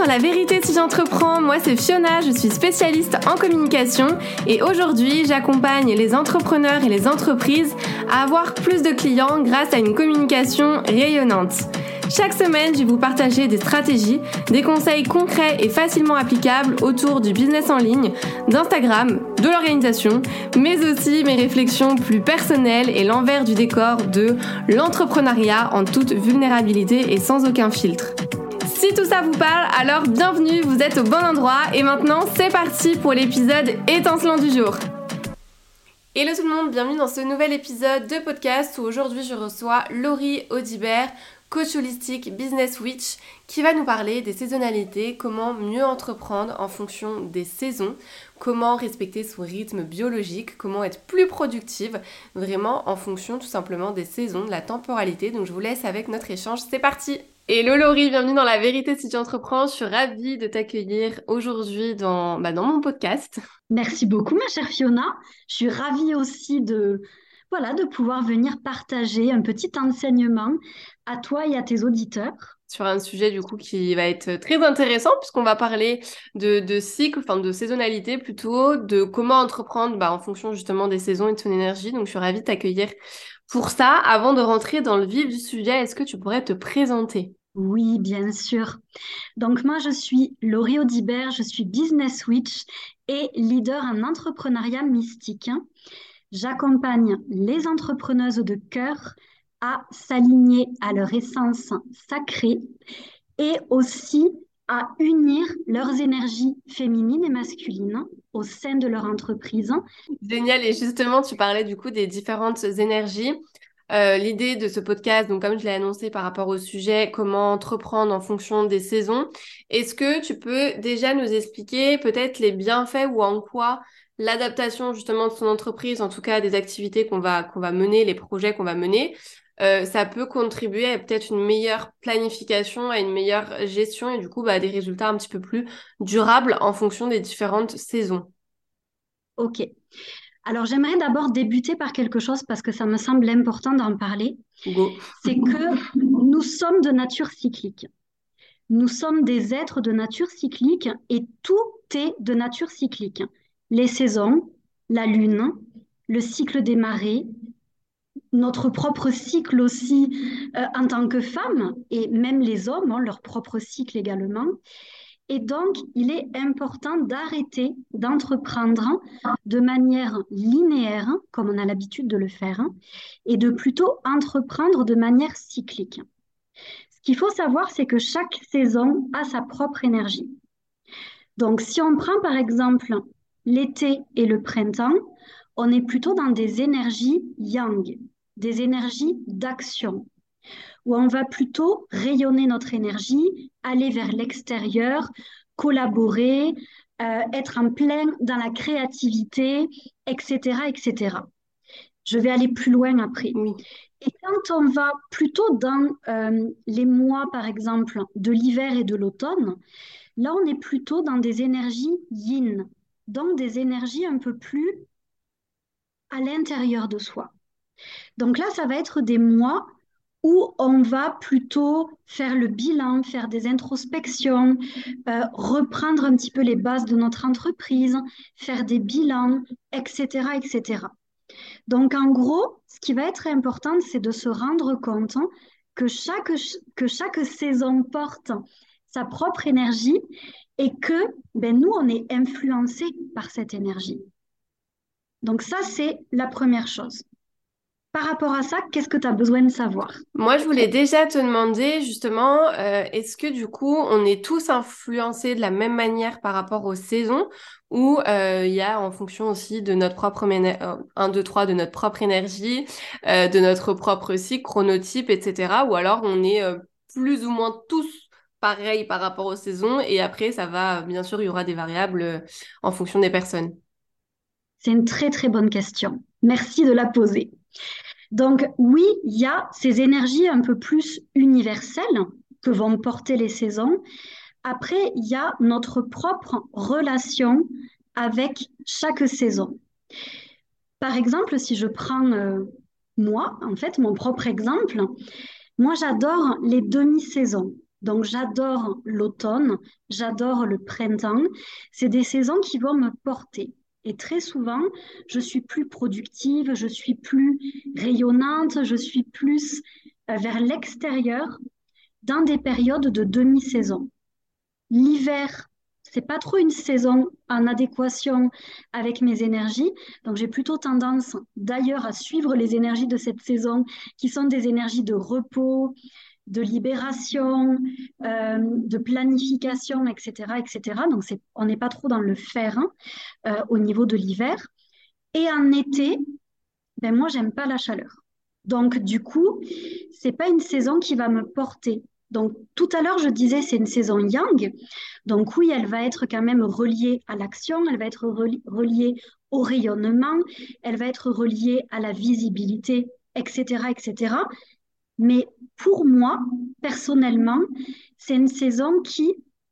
La vérité si j'entreprends, moi c'est Fiona, je suis spécialiste en communication et aujourd'hui j'accompagne les entrepreneurs et les entreprises à avoir plus de clients grâce à une communication rayonnante. Chaque semaine, je vais vous partager des stratégies, des conseils concrets et facilement applicables autour du business en ligne, d'Instagram, de l'organisation, mais aussi mes réflexions plus personnelles et l'envers du décor de l'entrepreneuriat en toute vulnérabilité et sans aucun filtre. Si tout ça vous parle, alors bienvenue, vous êtes au bon endroit et maintenant c'est parti pour l'épisode étincelant du jour. Hello tout le monde, bienvenue dans ce nouvel épisode de podcast où aujourd'hui je reçois Laurie Audibert, coach holistique Business Witch, qui va nous parler des saisonnalités, comment mieux entreprendre en fonction des saisons, comment respecter son rythme biologique, comment être plus productive, vraiment en fonction tout simplement des saisons, de la temporalité. Donc je vous laisse avec notre échange, c'est parti! Hello Laurie, bienvenue dans La vérité si tu entreprends. Je suis ravie de t'accueillir aujourd'hui dans mon podcast. Merci beaucoup ma chère Fiona. Je suis ravie aussi de pouvoir venir partager un petit enseignement à toi et à tes auditeurs. Sur un sujet du coup qui va être très intéressant puisqu'on va parler de cycle, enfin de saisonnalité plutôt, de comment entreprendre en fonction justement des saisons et de son énergie. Donc je suis ravie de t'accueillir pour ça. Avant de rentrer dans le vif du sujet, est-ce que tu pourrais te présenter? Oui, bien sûr. Donc moi, je suis Laurie Audibert, je suis Business Witch et leader en entrepreneuriat mystique. J'accompagne les entrepreneuses de cœur à s'aligner à leur essence sacrée et aussi à unir leurs énergies féminines et masculines au sein de leur entreprise. Génial, et justement tu parlais du coup des différentes énergies. L'idée de ce podcast, donc comme je l'ai annoncé par rapport au sujet, comment entreprendre en fonction des saisons, est-ce que tu peux déjà nous expliquer peut-être les bienfaits ou en quoi l'adaptation justement de son entreprise, en tout cas des activités qu'on va mener, les projets qu'on va mener, ça peut contribuer à peut-être une meilleure planification, à une meilleure gestion et du coup à des résultats un petit peu plus durables en fonction des différentes saisons. Ok. Alors j'aimerais d'abord débuter par quelque chose parce que ça me semble important d'en parler. Go. C'est que nous sommes de nature cyclique. Nous sommes des êtres de nature cyclique et tout est de nature cyclique. Les saisons, la lune, le cycle des marées, notre propre cycle aussi en tant que femmes et même les hommes ont leur propre cycle également. Et donc, il est important d'arrêter d'entreprendre de manière linéaire, comme on a l'habitude de le faire, et de plutôt entreprendre de manière cyclique. Ce qu'il faut savoir, c'est que chaque saison a sa propre énergie. Donc, si on prend par exemple l'été et le printemps, on est plutôt dans des énergies yang, des énergies d'action, où on va plutôt rayonner notre énergie, aller vers l'extérieur, collaborer, être en plein dans la créativité, etc., etc. Je vais aller plus loin après. Oui. Et quand on va plutôt dans les mois, par exemple, de l'hiver et de l'automne, là, on est plutôt dans des énergies yin, donc des énergies un peu plus à l'intérieur de soi. Donc là, ça va être des mois où on va plutôt faire le bilan, faire des introspections, reprendre un petit peu les bases de notre entreprise, faire des bilans, etc., etc. Donc en gros, ce qui va être important, c'est de se rendre compte que chaque saison porte sa propre énergie et que nous, on est influencé par cette énergie. Donc ça, c'est la première chose. Par rapport à ça, qu'est-ce que tu as besoin de savoir? Moi, je voulais déjà te demander justement, est-ce que du coup, on est tous influencés de la même manière par rapport aux saisons ou il y a en fonction aussi de notre propre 1, 2, 3, de notre propre énergie, de notre propre cycle, chronotype, etc. Ou alors on est plus ou moins tous pareils par rapport aux saisons et après, ça va, bien sûr, il y aura des variables en fonction des personnes. C'est une très très bonne question. Merci de la poser. Donc oui, il y a ces énergies un peu plus universelles que vont porter les saisons. Après, il y a notre propre relation avec chaque saison. Par exemple, si je prends moi, en fait, mon propre exemple, moi j'adore les demi-saisons. Donc j'adore l'automne, j'adore le printemps. C'est des saisons qui vont me porter. Et très souvent, je suis plus productive, je suis plus rayonnante, je suis plus vers l'extérieur dans des périodes de demi-saison. L'hiver, c'est pas trop une saison en adéquation avec mes énergies, donc j'ai plutôt tendance d'ailleurs à suivre les énergies de cette saison qui sont des énergies de repos, de libération, de planification, etc., etc. Donc on n'est pas trop dans le faire hein, au niveau de l'hiver. Et en été, ben moi, j'aime pas la chaleur. Donc, du coup, c'est pas une saison qui va me porter. Donc, tout à l'heure, je disais c'est une saison yang. Donc, oui, elle va être quand même reliée à l'action, elle va être reliée au rayonnement, elle va être reliée à la visibilité, etc., etc. Mais pour moi, personnellement, c'est une saison qui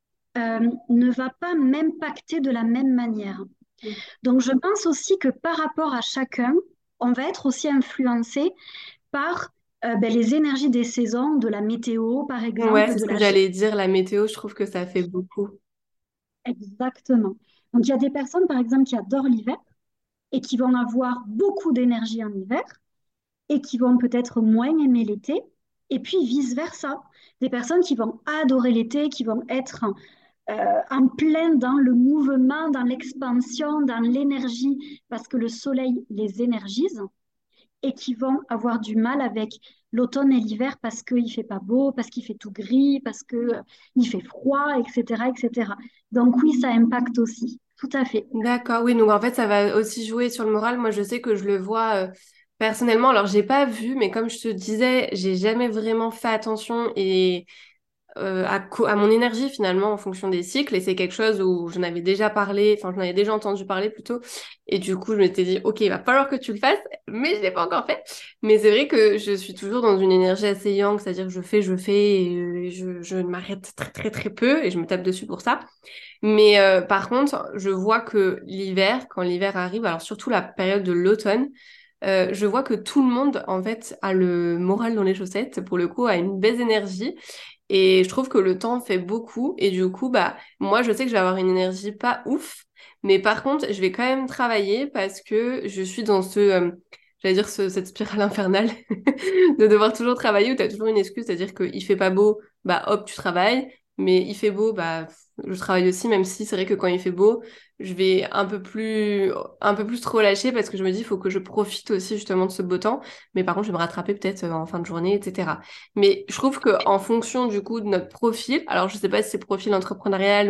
ne va pas m'impacter de la même manière. Donc, je pense aussi que par rapport à chacun, on va être aussi influencé par les énergies des saisons, de la météo, par Ouais, exemple, c'est de ce que la... j'allais dire, la météo, je trouve que ça fait beaucoup. Exactement. Donc, il y a des personnes, par exemple, qui adorent l'hiver et qui vont avoir beaucoup d'énergie en hiver et qui vont peut-être moins aimer l'été. Et puis, vice-versa. Des personnes qui vont adorer l'été, qui vont être en plein dans le mouvement, dans l'expansion, dans l'énergie, parce que le soleil les énergise, et qui vont avoir du mal avec l'automne et l'hiver parce qu'il fait pas beau, parce qu'il fait tout gris, parce que il fait froid, etc., etc. Donc oui, ça impacte aussi, tout à fait. D'accord, oui, donc en fait, ça va aussi jouer sur le moral. Moi, je sais que je le vois personnellement. Alors, j'ai pas vu, mais comme je te disais, j'ai jamais vraiment fait attention et à mon énergie finalement en fonction des cycles. Et c'est quelque chose où j'en avais déjà parlé, enfin, j'en avais déjà entendu parler plutôt. Et du coup, je m'étais dit, OK, il va falloir que tu le fasses, mais je l'ai pas encore fait. Mais c'est vrai que je suis toujours dans une énergie assez yang, c'est-à-dire que je fais, et je m'arrête très, très, très peu et je me tape dessus pour ça. Mais par contre, je vois que l'hiver, quand l'hiver arrive, alors surtout la période de l'automne, je vois que tout le monde, en fait, a le moral dans les chaussettes, pour le coup, a une baisse d'énergie. Et je trouve que le temps fait beaucoup. Et du coup, bah, moi, je sais que je vais avoir une énergie pas ouf. Mais par contre, je vais quand même travailler parce que je suis dans j'allais dire cette spirale infernale de devoir toujours travailler où tu as toujours une excuse, c'est-à-dire qu'il fait pas beau, bah hop, tu travailles. Mais il fait beau, bah je travaille aussi, même si c'est vrai que quand il fait beau, je vais un peu plus trop lâcher parce que je me dis, il faut que je profite aussi justement de ce beau temps. Mais par contre, je vais me rattraper peut-être en fin de journée, etc. Mais je trouve que en fonction du coup de notre profil, alors je sais pas si c'est profil entrepreneurial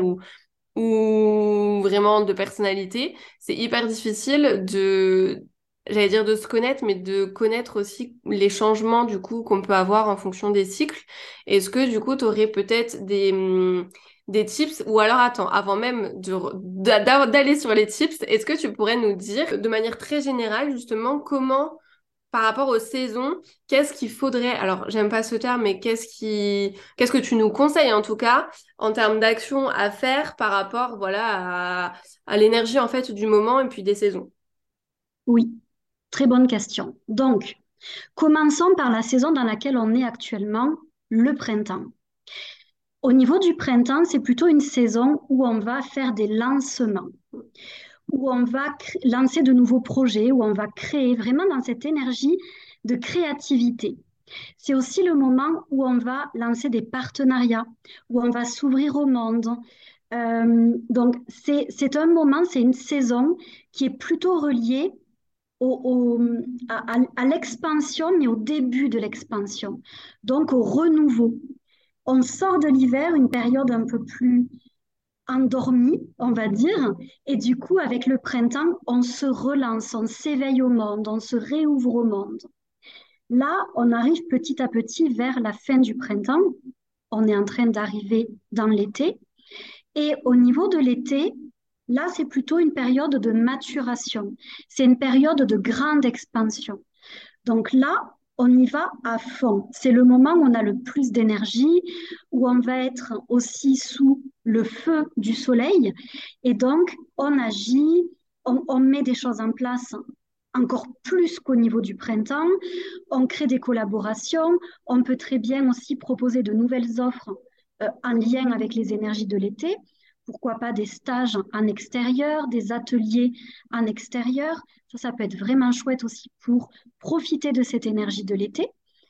ou vraiment de personnalité, c'est hyper difficile j'allais dire de se connaître, mais de connaître aussi les changements du coup qu'on peut avoir en fonction des cycles. Est-ce que du coup, tu aurais peut-être des tips, ou alors attends, avant même d'aller sur les tips, est-ce que tu pourrais nous dire de manière très générale justement comment par rapport aux saisons, qu'est-ce qu'il faudrait, alors j'aime pas ce terme, mais qu'est-ce que tu nous conseilles en tout cas en termes d'action à faire par rapport, voilà, à l'énergie en fait du moment et puis des saisons. Oui, très bonne question. Donc, commençons par la saison dans laquelle on est actuellement, le printemps. Au niveau du printemps, c'est plutôt une saison où on va faire des lancements, où on va lancer de nouveaux projets, où on va créer vraiment dans cette énergie de créativité. C'est aussi le moment où on va lancer des partenariats, où on va s'ouvrir au monde. Donc, c'est un moment, c'est une saison qui est plutôt reliée à l'expansion, mais au début de l'expansion, donc au renouveau. On sort de l'hiver, une période un peu plus endormie, on va dire, et du coup, avec le printemps, on se relance, on s'éveille au monde, on se réouvre au monde. Là, on arrive petit à petit vers la fin du printemps. On est en train d'arriver dans l'été. Et au niveau de l'été, là, c'est plutôt une période de maturation. C'est une période de grande expansion. Donc là, on y va à fond. C'est le moment où on a le plus d'énergie, où on va être aussi sous le feu du soleil. Et donc, on agit, on met des choses en place encore plus qu'au niveau du printemps. On crée des collaborations. On peut très bien aussi proposer de nouvelles offres en lien avec les énergies de l'été. Pourquoi pas des stages en extérieur, des ateliers en extérieur. Ça peut être vraiment chouette aussi pour profiter de cette énergie de l'été.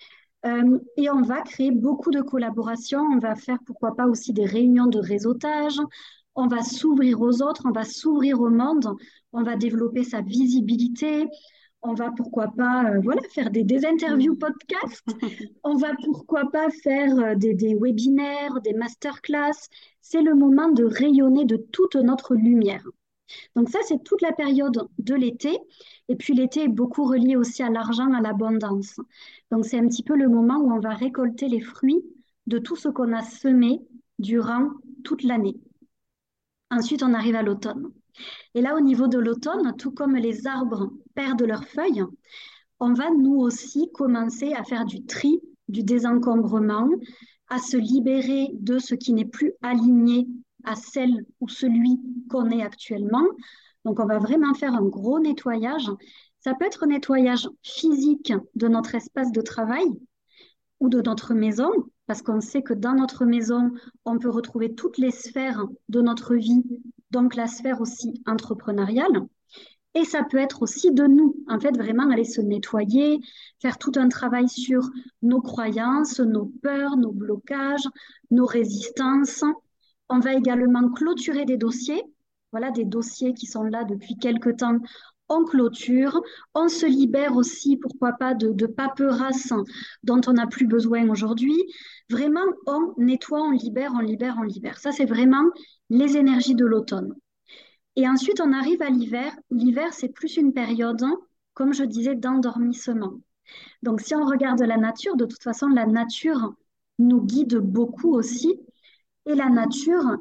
Et on va créer beaucoup de collaborations. On va faire, pourquoi pas, aussi des réunions de réseautage. On va s'ouvrir aux autres, on va s'ouvrir au monde, on va développer sa visibilité. On va, pourquoi pas, voilà, faire des interviews podcasts. On va, pourquoi pas, faire des webinaires, des masterclass. C'est le moment de rayonner de toute notre lumière. Donc ça, c'est toute la période de l'été. Et puis l'été est beaucoup relié aussi à l'argent, à l'abondance. Donc c'est un petit peu le moment où on va récolter les fruits de tout ce qu'on a semé durant toute l'année. Ensuite, on arrive à l'automne. Et là, au niveau de l'automne, tout comme les arbres perdent leurs feuilles, on va nous aussi commencer à faire du tri, du désencombrement, à se libérer de ce qui n'est plus aligné à celle ou celui qu'on est actuellement. Donc, on va vraiment faire un gros nettoyage. Ça peut être un nettoyage physique de notre espace de travail ou de notre maison, parce qu'on sait que dans notre maison, on peut retrouver toutes les sphères de notre vie, donc la sphère aussi entrepreneuriale. Et ça peut être aussi de nous, en fait, vraiment aller se nettoyer, faire tout un travail sur nos croyances, nos peurs, nos blocages, nos résistances. On va également clôturer des dossiers. Voilà, des dossiers qui sont là depuis quelque temps. On clôture, on se libère aussi, pourquoi pas, de paperasses dont on n'a plus besoin aujourd'hui. Vraiment, on nettoie, on libère, on libère, on libère. Ça, c'est vraiment les énergies de l'automne. Et ensuite, on arrive à l'hiver. L'hiver, c'est plus une période, hein, comme je disais, d'endormissement. Donc, si on regarde la nature, de toute façon, la nature nous guide beaucoup aussi. Et la nature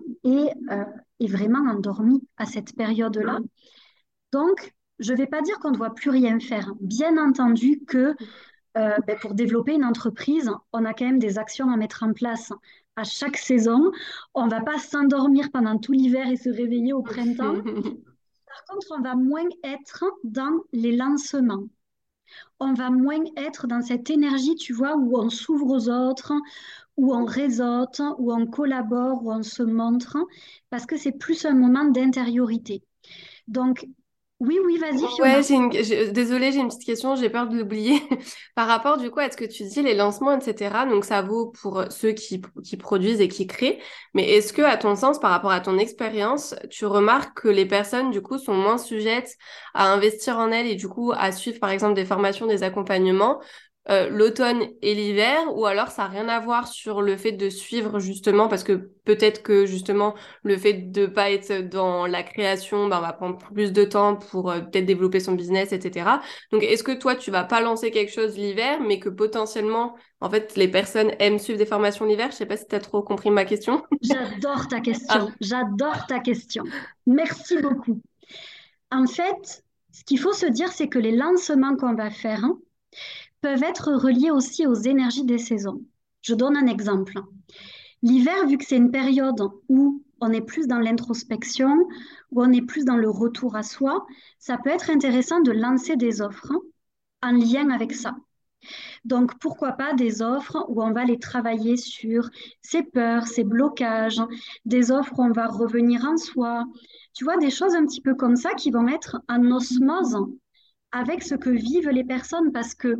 est vraiment endormie à cette période-là. Donc, je ne vais pas dire qu'on ne doit plus rien faire. Bien entendu que pour développer une entreprise, on a quand même des actions à mettre en place à chaque saison. On ne va pas s'endormir pendant tout l'hiver et se réveiller au printemps. Par contre, on va moins être dans les lancements. On va moins être dans cette énergie, tu vois, où on s'ouvre aux autres, où on réseaute, où on collabore, où on se montre, parce que c'est plus un moment d'intériorité. Donc, oui, oui, vas-y, Ouais, Fiona. désolée, j'ai une petite question, j'ai peur de l'oublier. Par rapport, du coup, à ce que tu dis, les lancements, etc. Donc, ça vaut pour ceux qui produisent et qui créent. Mais est-ce que, à ton sens, par rapport à ton expérience, tu remarques que les personnes, du coup, sont moins sujettes à investir en elles et, du coup, à suivre, par exemple, des formations, des accompagnements, l'automne et l'hiver, ou alors ça n'a rien à voir sur le fait de suivre, justement, parce que peut-être que, justement, le fait de pas être dans la création, bah, on va prendre plus de temps pour peut-être développer son business, etc. Donc, est-ce que toi, tu vas pas lancer quelque chose l'hiver, mais que potentiellement, en fait, les personnes aiment suivre des formations l'hiver? Je sais pas si tu as trop compris ma question. J'adore ta Ah, question. J'adore ta question. Merci beaucoup. En fait, ce qu'il faut se dire, c'est que les lancements qu'on va faire, hein, peuvent être reliés aussi aux énergies des saisons. Je donne un exemple. L'hiver, vu que c'est une période où on est plus dans l'introspection, où on est plus dans le retour à soi, ça peut être intéressant de lancer des offres en lien avec ça. Donc, pourquoi pas des offres où on va les travailler sur ses peurs, ses blocages, des offres où on va revenir en soi. Tu vois, des choses un petit peu comme ça qui vont être en osmose avec ce que vivent les personnes parce que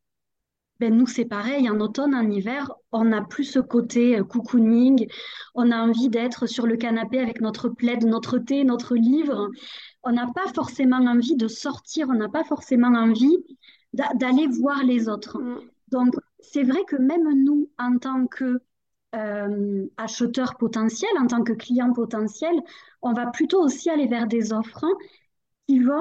nous, c'est pareil, en automne, en hiver, on n'a plus ce côté cocooning. On a envie d'être sur le canapé avec notre plaid, notre thé, notre livre. On n'a pas forcément envie de sortir, on n'a pas forcément envie d'aller voir les autres. mm. Donc, c'est vrai que même nous, en tant que acheteurs potentiels, en tant que clients potentiels, on va plutôt aussi aller vers des offres qui vont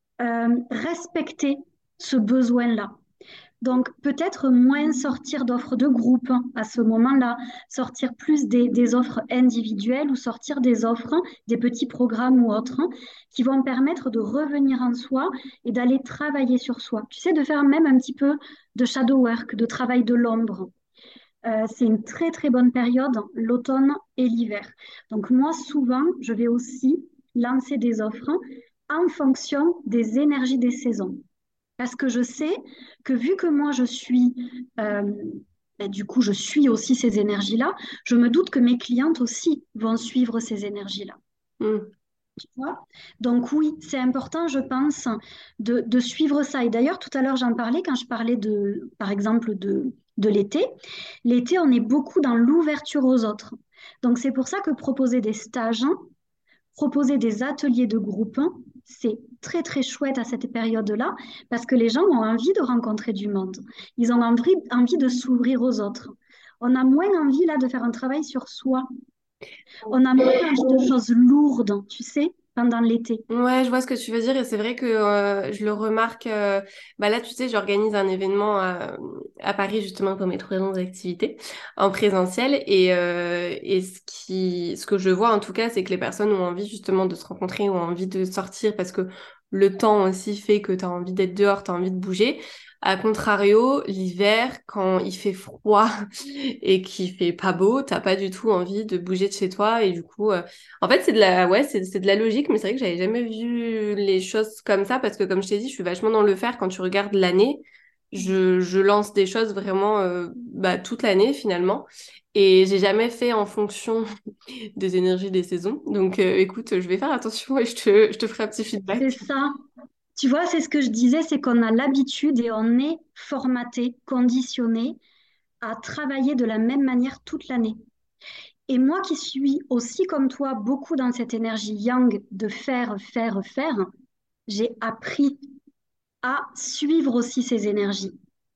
respecter ce besoin-là. Donc, peut-être moins sortir d'offres de groupe à ce moment-là, sortir plus des offres individuelles ou sortir des offres, des petits programmes ou autres, qui vont permettre de revenir en soi et d'aller travailler sur soi. Tu sais, de faire même un petit peu de shadow work, de travail de l'ombre. C'est une très, très bonne période, l'automne et l'hiver. Donc, moi, souvent, je vais aussi lancer des offres en fonction des énergies des saisons. Parce que je sais que vu que moi, je suis euh, ben, du coup, je suis aussi ces énergies-là. Je me doute que mes clientes aussi vont suivre ces énergies-là. Mm. Tu vois. Donc oui, c'est important, je pense, de suivre ça. Et d'ailleurs, tout à l'heure, j'en parlais quand je parlais de, par exemple, de l'été. L'été, on est beaucoup dans l'ouverture aux autres. Donc c'est pour ça que proposer des stages, proposer des ateliers de groupe, c'est très très chouette à cette période-là parce que les gens ont envie de rencontrer du monde. Ils ont envie de s'ouvrir aux autres. On a moins envie là de faire un travail sur soi. On a moins envie de choses lourdes, tu sais, pendant l'été. Ouais, je vois ce que tu veux dire et c'est vrai que je le remarque. Bah là, tu sais, j'organise un événement à Paris justement pour mes 3 ans d'activité en présentiel et ce que je vois en tout cas, c'est que les personnes ont envie justement de se rencontrer, ont envie de sortir parce que le temps aussi fait que tu as envie d'être dehors, tu as envie de bouger. À contrario, l'hiver, quand il fait froid et qu'il fait pas beau, t'as pas du tout envie de bouger de chez toi et du coup. En fait, c'est de la logique, mais c'est vrai que j'avais jamais vu les choses comme ça parce que, comme je t'ai dit, je suis vachement dans le faire. Quand tu regardes l'année, je lance des choses vraiment bah, toute l'année finalement. Et j'ai jamais fait en fonction des énergies des saisons. Donc, écoute, je vais faire attention et je te ferai un petit C'est feedback. ça. Tu vois, c'est ce que je disais, c'est qu'on a l'habitude et on est formaté, conditionné à travailler de la même manière toute l'année. Et moi qui suis aussi comme toi beaucoup dans cette énergie yang de faire, faire, faire, j'ai appris à suivre aussi ces énergies,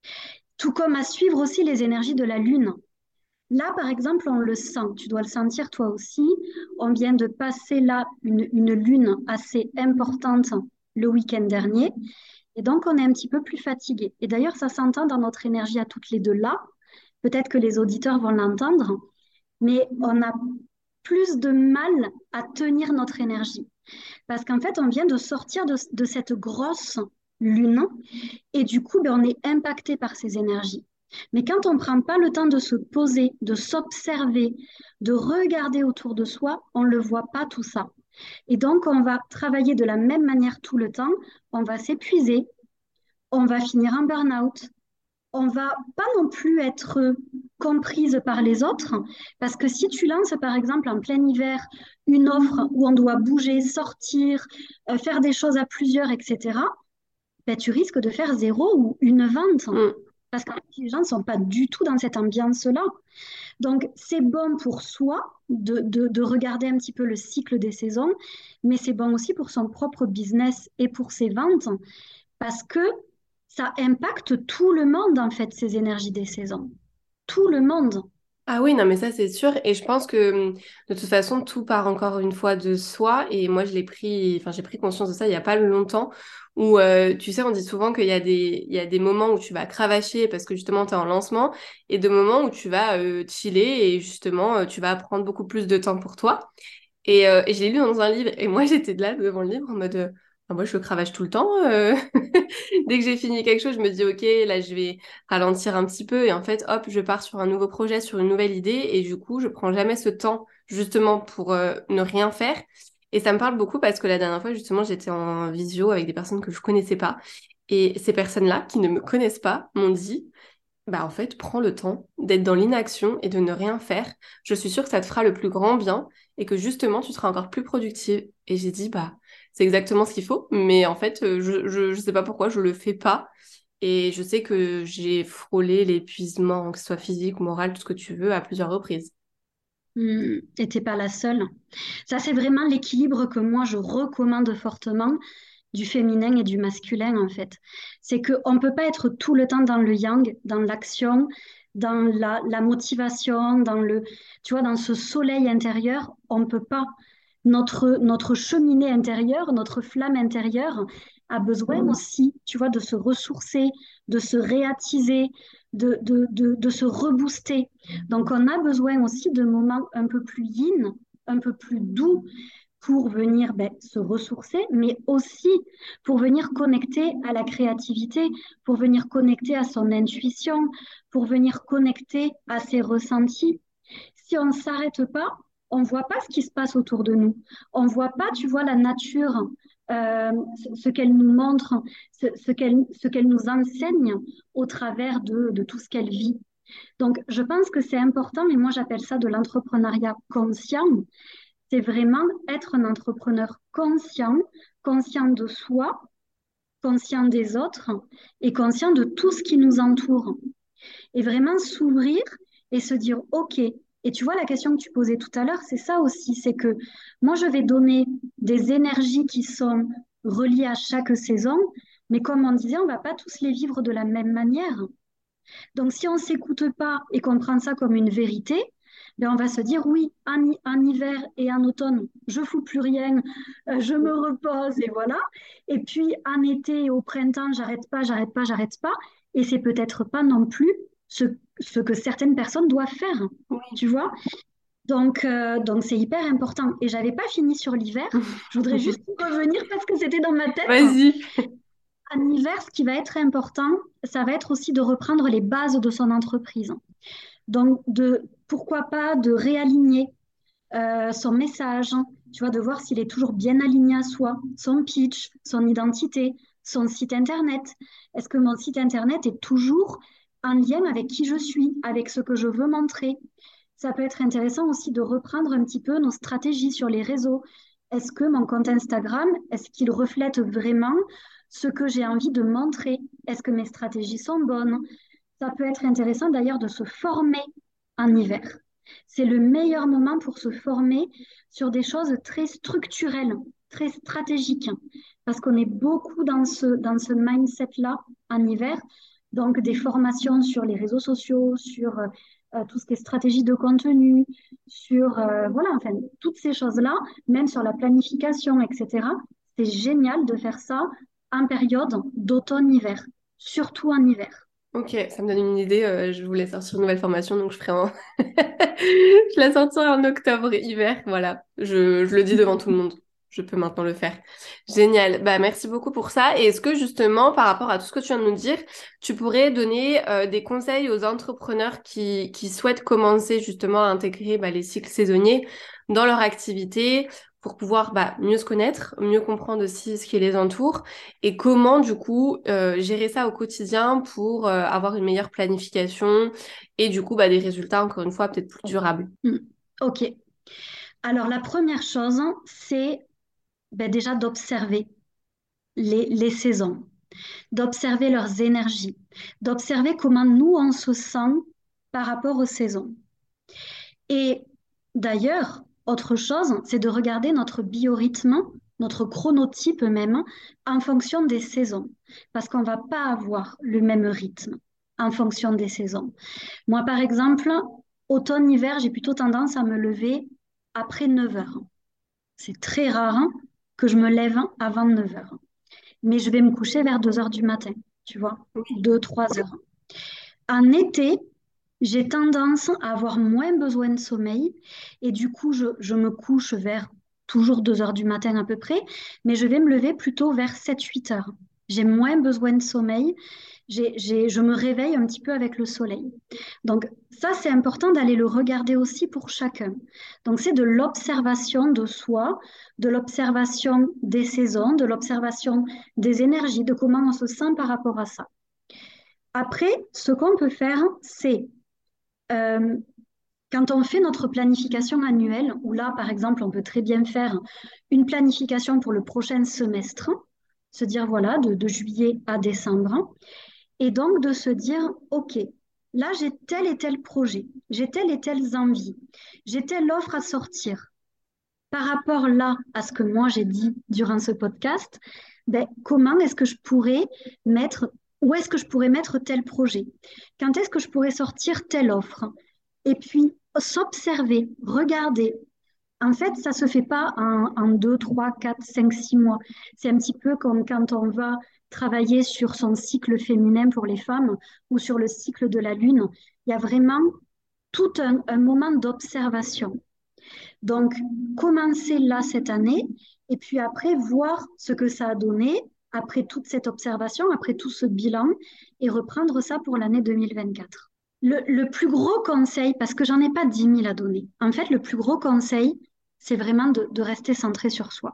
tout comme à suivre aussi les énergies de la lune. Là, par exemple, on le sent, tu dois le sentir toi aussi. On vient de passer là une lune assez importante le week-end dernier. Et donc, on est un petit peu plus fatigué. Et d'ailleurs, ça s'entend dans notre énergie à toutes les deux là. Peut-être que les auditeurs vont l'entendre, mais on a plus de mal à tenir notre énergie. Parce qu'en fait, on vient de sortir de cette grosse lune et du coup, ben, on est impacté par ces énergies. Mais quand on ne prend pas le temps de se poser, de s'observer, de regarder autour de soi, on ne le voit pas tout ça. Et donc, on va travailler de la même manière tout le temps, on va s'épuiser, on va finir en burn-out, on va pas non plus être comprise par les autres, parce que si tu lances par exemple en plein hiver une offre où on doit bouger, sortir, faire des choses à plusieurs, etc., ben, tu risques de faire zéro ou une vente. Mm. Parce que les gens ne sont pas du tout dans cette ambiance-là. Donc, c'est bon pour soi de regarder un petit peu le cycle des saisons, mais c'est bon aussi pour son propre business et pour ses ventes, parce que ça impacte tout le monde, en fait, ces énergies des saisons. Tout le monde. Ah oui, non, mais ça c'est sûr. Et je pense que de toute façon, tout part encore une fois de soi. Et moi, j'ai pris conscience de ça il y a pas longtemps. Où, tu sais, on dit souvent il y a des moments où tu vas cravacher parce que justement, tu es en lancement. Et de moments où tu vas chiller et justement, tu vas prendre beaucoup plus de temps pour toi. Et je l'ai lu dans un livre. Et moi, j'étais là devant le livre en mode, ah, moi, je cravache tout le temps. Dès que j'ai fini quelque chose, je me dis, OK, là, je vais ralentir un petit peu. Et en fait, hop, je pars sur un nouveau projet, sur une nouvelle idée. Et du coup, je prends jamais ce temps, justement, pour ne rien faire. Et ça me parle beaucoup parce que la dernière fois, justement, j'étais en visio avec des personnes que je connaissais pas. Et ces personnes-là, qui ne me connaissent pas, m'ont dit, bah en fait, prends le temps d'être dans l'inaction et de ne rien faire. Je suis sûre que ça te fera le plus grand bien et que justement, tu seras encore plus productive. Et j'ai dit, bah, c'est exactement ce qu'il faut, mais en fait, je sais pas pourquoi je le fais pas. Et je sais que j'ai frôlé l'épuisement, que ce soit physique ou moral, tout ce que tu veux, à plusieurs reprises. Et t'es pas la seule. Ça, c'est vraiment l'équilibre que moi, je recommande fortement du féminin et du masculin, en fait. C'est qu'on ne peut pas être tout le temps dans le yang, dans l'action, dans la motivation, tu vois, dans ce soleil intérieur. On ne peut pas. Notre cheminée intérieure, notre flamme intérieure a besoin aussi, tu vois, de se ressourcer, de se réattiser, de se rebooster. Donc, on a besoin aussi de moments un peu plus yin, un peu plus doux pour venir ben, se ressourcer, mais aussi pour venir connecter à la créativité, pour venir connecter à son intuition, pour venir connecter à ses ressentis. Si on ne s'arrête pas, on ne voit pas ce qui se passe autour de nous. On ne voit pas, tu vois, la nature, ce qu'elle nous montre, ce qu'elle nous enseigne au travers de tout ce qu'elle vit. Donc, je pense que c'est important, mais moi j'appelle ça de l'entrepreneuriat conscient. C'est vraiment être un entrepreneur conscient, conscient de soi, conscient des autres et conscient de tout ce qui nous entoure. Et vraiment s'ouvrir et se dire, OK. Et tu vois, la question que tu posais tout à l'heure, c'est ça aussi, c'est que moi, je vais donner des énergies qui sont reliées à chaque saison, mais comme on disait, on ne va pas tous les vivre de la même manière. Donc, si on ne s'écoute pas et qu'on prend ça comme une vérité, ben on va se dire oui, en hiver et en automne, je fous plus rien, je me repose et voilà. Et puis en été et au printemps, j'arrête pas, j'arrête pas, j'arrête pas. Et c'est peut-être pas non plus ce que certaines personnes doivent faire, tu vois. Donc c'est hyper important. Et j'avais pas fini sur l'hiver. Je voudrais juste revenir parce que c'était dans ma tête. Vas-y. En hiver, ce qui va être important, ça va être aussi de reprendre les bases de son entreprise. Donc, pourquoi pas de réaligner son message, tu vois, de voir s'il est toujours bien aligné à soi, son pitch, son identité, son site internet. Est-ce que mon site internet est toujours en lien avec qui je suis, avec ce que je veux montrer? Ça peut être intéressant aussi de reprendre un petit peu nos stratégies sur les réseaux. Est-ce que mon compte Instagram, est-ce qu'il reflète vraiment ce que j'ai envie de montrer? Est-ce que mes stratégies sont bonnes? Ça peut être intéressant d'ailleurs de se former en hiver. C'est le meilleur moment pour se former sur des choses très structurelles, très stratégiques, parce qu'on est beaucoup dans ce mindset-là en hiver. Donc, des formations sur les réseaux sociaux, sur tout ce qui est stratégie de contenu, sur, voilà, enfin, toutes ces choses-là, même sur la planification, etc. C'est génial de faire ça en période d'automne-hiver, surtout en hiver. Ok, ça me donne une idée. Je voulais sortir une nouvelle formation, donc je ferai en... Je la sortirai en octobre, hiver. Voilà, je le dis devant tout le monde. Je peux maintenant le faire. Génial. Bah, merci beaucoup pour ça. Et est-ce que justement, par rapport à tout ce que tu viens de nous dire, tu pourrais donner des conseils aux entrepreneurs qui souhaitent commencer justement à intégrer les cycles saisonniers dans leur activité pour pouvoir mieux se connaître, mieux comprendre aussi ce qui les entoure et comment du coup gérer ça au quotidien pour avoir une meilleure planification et du coup des résultats encore une fois peut-être plus durables. Hmm. Ok. Alors, la première chose, c'est déjà d'observer les saisons, d'observer leurs énergies, d'observer comment nous, on se sent par rapport aux saisons. Et d'ailleurs, autre chose, c'est de regarder notre biorhythme, notre chronotype même, en fonction des saisons. Parce qu'on ne va pas avoir le même rythme en fonction des saisons. Moi, par exemple, automne-hiver, j'ai plutôt tendance à me lever après 9 heures. C'est très rare que je me lève avant 9 heures. Mais je vais me coucher vers 2 heures du matin, tu vois, 2, 3 heures. En été, j'ai tendance à avoir moins besoin de sommeil et du coup, je me couche vers toujours 2 heures du matin à peu près, mais je vais me lever plutôt vers 7, 8 heures. J'ai moins besoin de sommeil, je me réveille un petit peu avec le soleil. Donc ça, c'est important d'aller le regarder aussi pour chacun. Donc c'est de l'observation de soi, de l'observation des saisons, de l'observation des énergies, de comment on se sent par rapport à ça. Après, ce qu'on peut faire, c'est euh, quand on fait notre planification annuelle, où là, par exemple, on peut très bien faire une planification pour le prochain semestre, se dire, voilà, de juillet à décembre, et donc de se dire, OK, là, j'ai tel et tel projet, j'ai telle et telle envie, j'ai telle offre à sortir. Par rapport là à ce que moi j'ai dit durant ce podcast, comment est-ce que je pourrais mettre, où est-ce que je pourrais mettre tel projet? Quand est-ce que je pourrais sortir telle offre? Et puis s'observer, regarder. En fait, ça se fait pas en 2, 3, 4, 5, 6 mois. C'est un petit peu comme quand on va travailler sur son cycle féminin pour les femmes ou sur le cycle de la lune. Il y a vraiment tout un moment d'observation. Donc, commencer là cette année et puis après voir ce que ça a donné après toute cette observation, après tout ce bilan et reprendre ça pour l'année 2024. Le plus gros conseil, parce que j'en ai pas 10 000 à donner, en fait, le plus gros conseil, c'est vraiment de rester centré sur soi.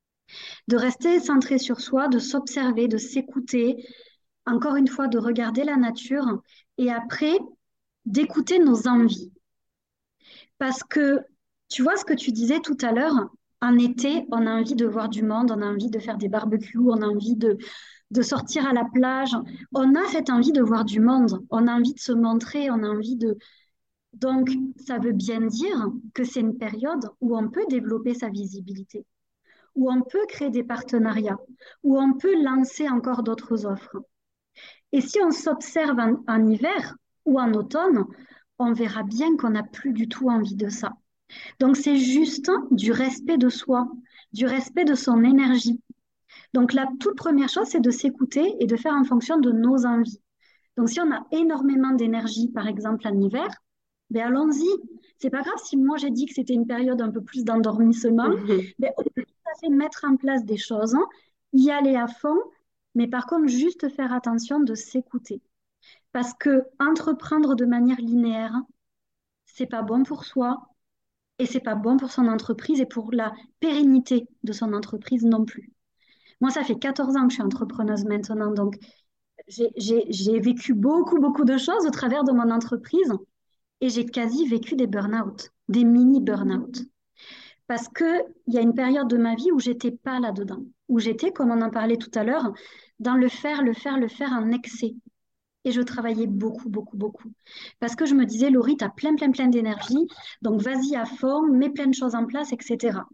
De rester centré sur soi, de s'observer, de s'écouter, encore une fois, de regarder la nature et après, d'écouter nos envies. Parce que, tu vois ce que tu disais tout à l'heure, en été, on a envie de voir du monde, on a envie de faire des barbecues, on a envie de sortir à la plage. On a cette envie de voir du monde, on a envie de se montrer, on a envie de... Donc, ça veut bien dire que c'est une période où on peut développer sa visibilité, où on peut créer des partenariats, où on peut lancer encore d'autres offres. Et si on s'observe en hiver ou en automne, on verra bien qu'on n'a plus du tout envie de ça. Donc, c'est juste du respect de soi, du respect de son énergie. Donc, la toute première chose, c'est de s'écouter et de faire en fonction de nos envies. Donc, si on a énormément d'énergie, par exemple en hiver, ben allons-y. C'est pas grave si moi j'ai dit que c'était une période un peu plus d'endormissement, ben on peut tout à fait mettre en place des choses, y aller à fond, mais par contre, juste faire attention de s'écouter. Parce que entreprendre de manière linéaire, c'est pas bon pour soi, et c'est pas bon pour son entreprise et pour la pérennité de son entreprise non plus. Moi, ça fait 14 ans que je suis entrepreneuse maintenant, donc j'ai vécu beaucoup, beaucoup de choses au travers de mon entreprise et j'ai quasi vécu des burn-out, des mini burn-out. Parce qu'il y a une période de ma vie où j'étais pas là-dedans, où j'étais, comme on en parlait tout à l'heure, dans le faire, le faire, le faire en excès. Et je travaillais beaucoup, beaucoup, beaucoup. Parce que je me disais, Laurie, tu as plein, plein, plein d'énergie, donc vas-y à fond, mets plein de choses en place, etc.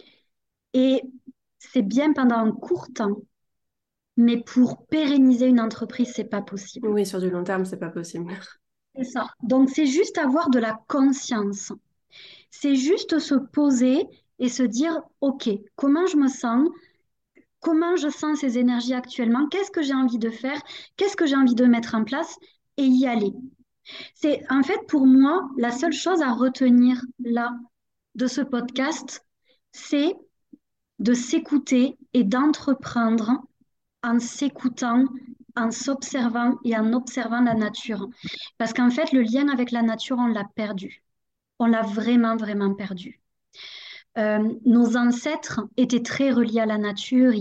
Et c'est bien pendant un court temps, mais pour pérenniser une entreprise, c'est pas possible. Oui, sur du long terme, c'est pas possible. C'est ça. Donc c'est juste avoir de la conscience. C'est juste se poser et se dire, OK, comment je me sens? Comment je sens ces énergies actuellement? Qu'est-ce que j'ai envie de faire? Qu'est-ce que j'ai envie de mettre en place? Et y aller. C'est en fait pour moi la seule chose à retenir là de ce podcast, c'est de s'écouter et d'entreprendre en s'écoutant, en s'observant et en observant la nature. Parce qu'en fait, le lien avec la nature, on l'a perdu. On l'a vraiment, vraiment perdu. Nos ancêtres étaient très reliés à la nature.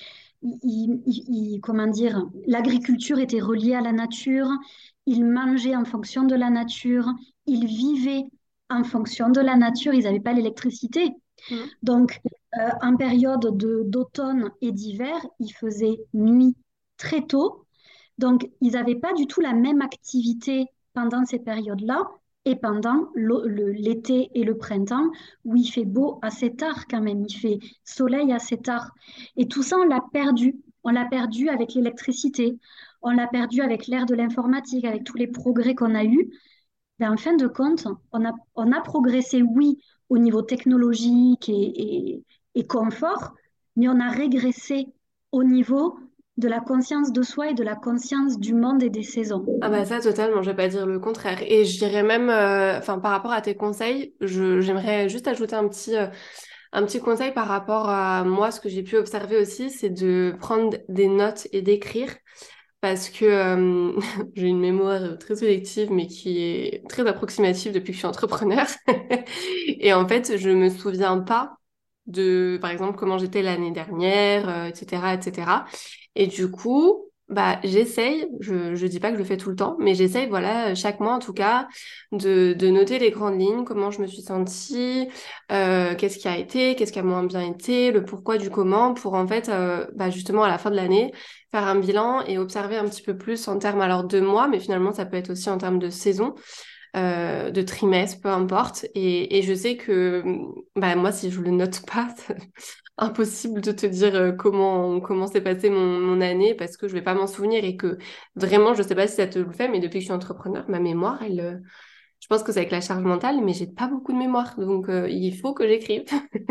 Comment dire, l'agriculture était reliée à la nature. Ils mangeaient en fonction de la nature. Ils vivaient en fonction de la nature. Ils n'avaient pas l'électricité. Mm. Donc, en période d'automne et d'hiver, il faisait nuit très tôt. Donc, ils n'avaient pas du tout la même activité pendant ces périodes-là et pendant l'été et le printemps, où il fait beau assez tard quand même, il fait soleil assez tard. Et tout ça, on l'a perdu. On l'a perdu avec l'électricité, on l'a perdu avec l'ère de l'informatique, avec tous les progrès qu'on a eus. Ben, en fin de compte, on a progressé, oui, au niveau technologique et confort, mais on a régressé au niveau de la conscience de soi et de la conscience du monde et des saisons. Ah bah ça, totalement, je vais pas dire le contraire. Et je dirais même, enfin, par rapport à tes conseils, j'aimerais juste ajouter un petit conseil par rapport à moi, ce que j'ai pu observer aussi, c'est de prendre des notes et d'écrire. Parce que j'ai une mémoire très sélective, mais qui est très approximative depuis que je suis entrepreneur. Et en fait, je me souviens pas de, par exemple, comment j'étais l'année dernière, etc., etc. Et du coup, bah, j'essaye, je dis pas que je le fais tout le temps, mais j'essaye, voilà, chaque mois en tout cas, de noter les grandes lignes, comment je me suis sentie, qu'est-ce qui a été, qu'est-ce qui a moins bien été, le pourquoi du comment, pour en fait, bah, justement, à la fin de l'année, faire un bilan et observer un petit peu plus en termes alors de mois, mais finalement, ça peut être aussi en termes de saison de trimestre, peu importe. Et je sais que bah, moi, si je le note pas, c'est impossible de te dire comment s'est passée mon année parce que je vais pas m'en souvenir et que vraiment, je sais pas si ça te le fait, mais depuis que je suis entrepreneur, ma mémoire, je pense que c'est avec la charge mentale, mais j'ai pas beaucoup de mémoire. Donc, il faut que j'écrive.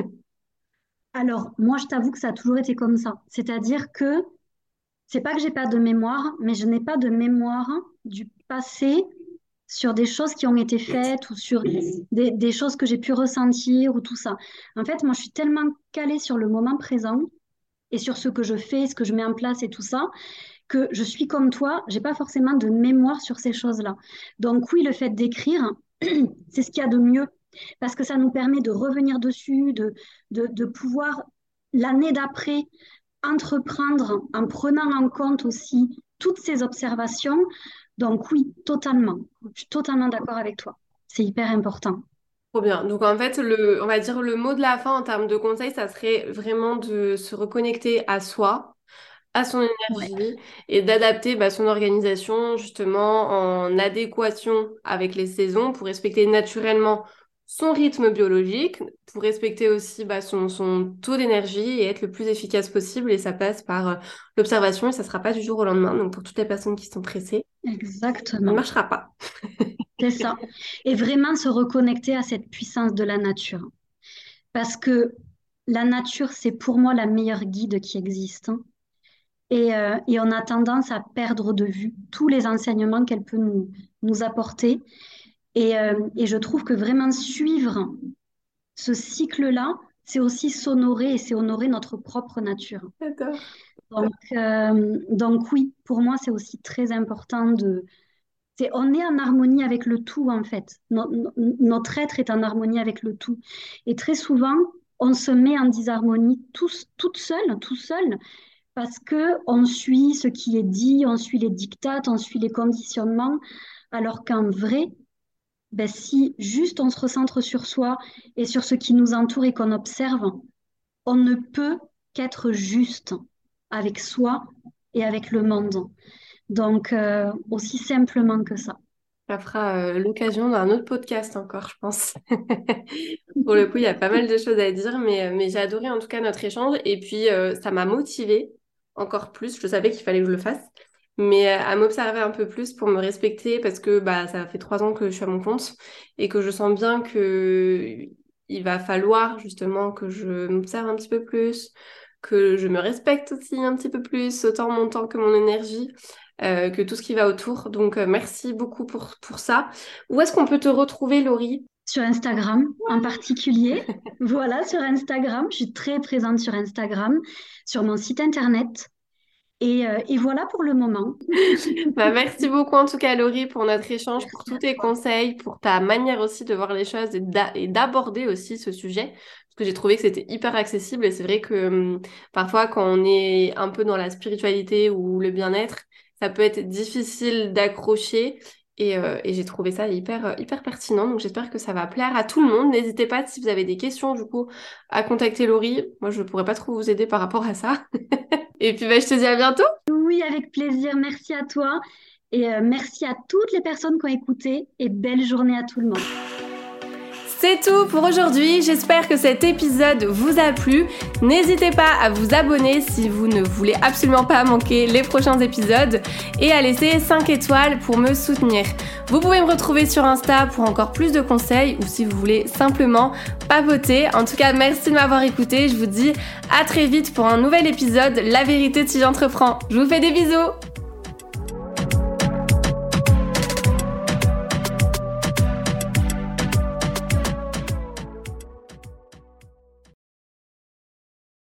Alors, moi, je t'avoue que ça a toujours été comme ça. C'est-à-dire que c'est pas que j'ai pas de mémoire, mais je n'ai pas de mémoire du passé sur des choses qui ont été faites ou sur des choses que j'ai pu ressentir ou tout ça. En fait, moi, je suis tellement calée sur le moment présent et sur ce que je fais, ce que je mets en place et tout ça, que je suis comme toi, j'ai pas forcément de mémoire sur ces choses-là. Donc oui, le fait d'écrire, c'est ce qu'il y a de mieux, parce que ça nous permet de revenir dessus, de pouvoir, l'année d'après, entreprendre en prenant en compte aussi toutes ces observations. Donc oui, totalement. Je suis totalement d'accord avec toi. C'est hyper important. Trop bien. Donc en fait, on va dire le mot de la fin en termes de conseils, ça serait vraiment de se reconnecter à soi, à son Ouais, énergie et d'adapter son organisation justement en adéquation avec les saisons pour respecter naturellement son rythme biologique, pour respecter aussi son taux d'énergie et être le plus efficace possible. Et ça passe par l'observation et ça sera pas du jour au lendemain. Donc pour toutes les personnes qui sont pressées, ça ne exactement. marchera pas. C'est ça. Et vraiment se reconnecter à cette puissance de la nature. Parce que la nature, c'est pour moi la meilleure guide qui existe, hein. Et on a tendance à perdre de vue tous les enseignements qu'elle peut nous apporter. Et je trouve que vraiment suivre ce cycle-là, c'est aussi s'honorer et c'est honorer notre propre nature. J'adore. Donc oui, pour moi, c'est aussi très important on est en harmonie avec le tout, en fait. Notre être est en harmonie avec le tout. Et très souvent, on se met en disharmonie toute seule, tout seul, parce que on suit ce qui est dit, on suit les dictates, on suit les conditionnements, alors qu'en vrai, ben, si juste on se recentre sur soi et sur ce qui nous entoure et qu'on observe, on ne peut qu'être juste avec soi et avec le monde. Donc, aussi simplement que ça. Ça fera l'occasion d'un autre podcast encore, je pense. Pour le coup, il y a pas mal de choses à dire, mais j'ai adoré en tout cas notre échange. Et puis, ça m'a motivée encore plus. Je savais qu'il fallait que je le fasse, mais à m'observer un peu plus pour me respecter parce que ça fait 3 ans que je suis à mon compte et que je sens bien que il va falloir justement que je m'observe un petit peu plus, que je me respecte aussi un petit peu plus, autant mon temps que mon énergie que tout ce qui va autour. Donc, merci beaucoup pour ça. Où est-ce qu'on peut te retrouver, Laurie? Sur Instagram en particulier. Voilà, sur Instagram. Je suis très présente sur Instagram, sur mon site internet. Et voilà pour le moment. Merci beaucoup en tout cas, Laurie, pour notre échange, pour Merci tous à tes toi. conseils, pour ta manière aussi de voir les choses et d'aborder aussi ce sujet. Parce que j'ai trouvé que c'était hyper accessible et c'est vrai que parfois quand on est un peu dans la spiritualité ou le bien-être, ça peut être difficile d'accrocher et j'ai trouvé ça hyper pertinent. Donc j'espère que ça va plaire à tout le monde. N'hésitez pas si vous avez des questions du coup à contacter Laurie. Moi je pourrais pas trop vous aider par rapport à ça. Et puis je te dis à bientôt. Oui, avec plaisir. Merci à toi. Et merci à toutes les personnes qui ont écouté. Et belle journée à tout le monde. C'est tout pour aujourd'hui, j'espère que cet épisode vous a plu. N'hésitez pas à vous abonner si vous ne voulez absolument pas manquer les prochains épisodes et à laisser 5 étoiles pour me soutenir. Vous pouvez me retrouver sur Insta pour encore plus de conseils ou si vous voulez simplement papoter. En tout cas, merci de m'avoir écouté. Je vous dis à très vite pour un nouvel épisode La vérité si j'entreprends. Je vous fais des bisous.